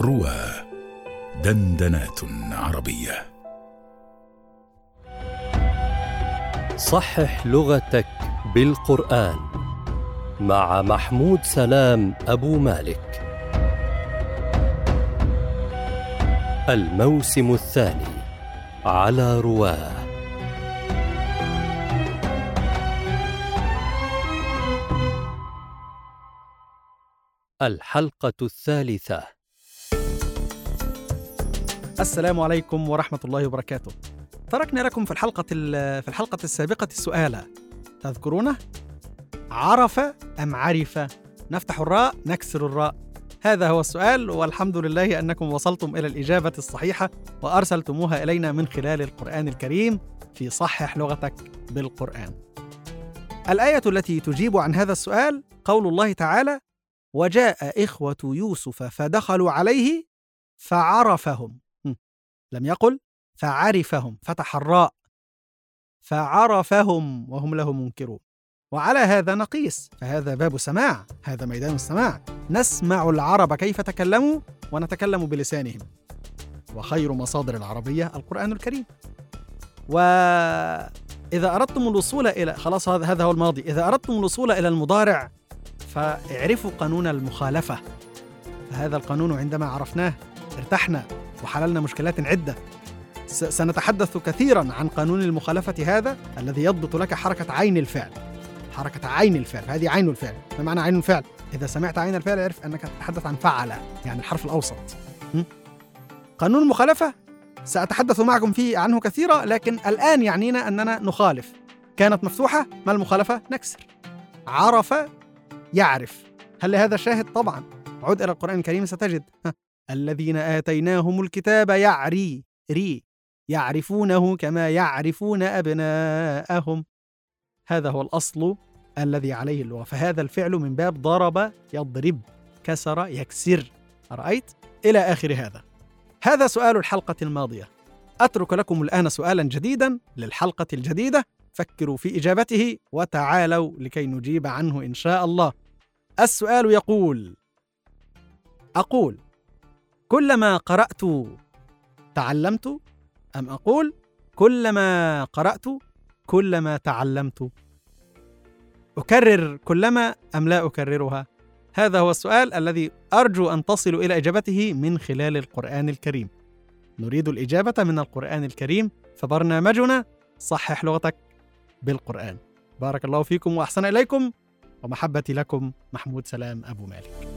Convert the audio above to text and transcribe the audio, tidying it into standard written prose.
روى دندنات عربية. صحح لغتك بالقرآن مع محمود سلام أبو مالك. الموسم الثاني على رواه. الحلقة الثالثة. السلام عليكم ورحمة الله وبركاته. تركنا لكم في الحلقة السابقة سؤالا تذكرونه؟ عرف أم عرف؟ نفتح الراء نكسر الراء. هذا هو السؤال، والحمد لله أنكم وصلتم إلى الإجابة الصحيحة وأرسلتموها إلينا من خلال القرآن الكريم في صحح لغتك بالقرآن. الآية التي تجيب عن هذا السؤال قول الله تعالى: وجاء إخوة يوسف فدخلوا عليه فعرفهم. لم يقل فعرفهم، فتح الراء، فعرفهم وهم له منكرون. وعلى هذا نقيس، فهذا باب سماع، هذا ميدان السماع، نسمع العرب كيف تكلموا ونتكلم بلسانهم، وخير مصادر العربية القرآن الكريم. وإذا أردتم الوصول إلى خلاص هذا هو الماضي، إذا أردتم الوصول إلى المضارع فاعرفوا قانون المخالفة، فهذا القانون عندما عرفناه ارتحنا وحللنا مشكلات عدة. سنتحدث كثيرا عن قانون المخالفة هذا الذي يضبط لك حركة عين الفعل. حركة عين الفعل، هذه عين الفعل. ما معنى عين الفعل؟ إذا سمعت عين الفعل اعرف أنك تتحدث عن فعل، يعني الحرف الأوسط. قانون المخالفة سأتحدث معكم فيه عنه كثيرا، لكن الآن يعنينا أننا نخالف. كانت مفتوحة، ما المخالفة؟ نكسر. عرف يعرف. هل لهذا شاهد؟ طبعا. عد إلى القرآن الكريم ستجد الذين آتيناهم الكتاب يعرفونه كما يعرفون أبناءهم. هذا هو الأصل الذي عليه اللغة. فهذا الفعل من باب ضرب يضرب، كسر يكسر، رأيت؟ إلى آخر هذا سؤال الحلقة الماضية. أترك لكم الآن سؤالا جديدا للحلقة الجديدة، فكروا في إجابته وتعالوا لكي نجيب عنه إن شاء الله. السؤال يقول: أقول كلما قرأت تعلمت، أم أقول كلما قرأت كلما تعلمت؟ أكرر كلما أم لا أكررها؟ هذا هو السؤال الذي أرجو أن تصلوا إلى إجابته من خلال القرآن الكريم. نريد الإجابة من القرآن الكريم، فبرنامجنا صحح لغتك بالقرآن. بارك الله فيكم وأحسن إليكم، ومحبتي لكم محمود سلام أبو مالك.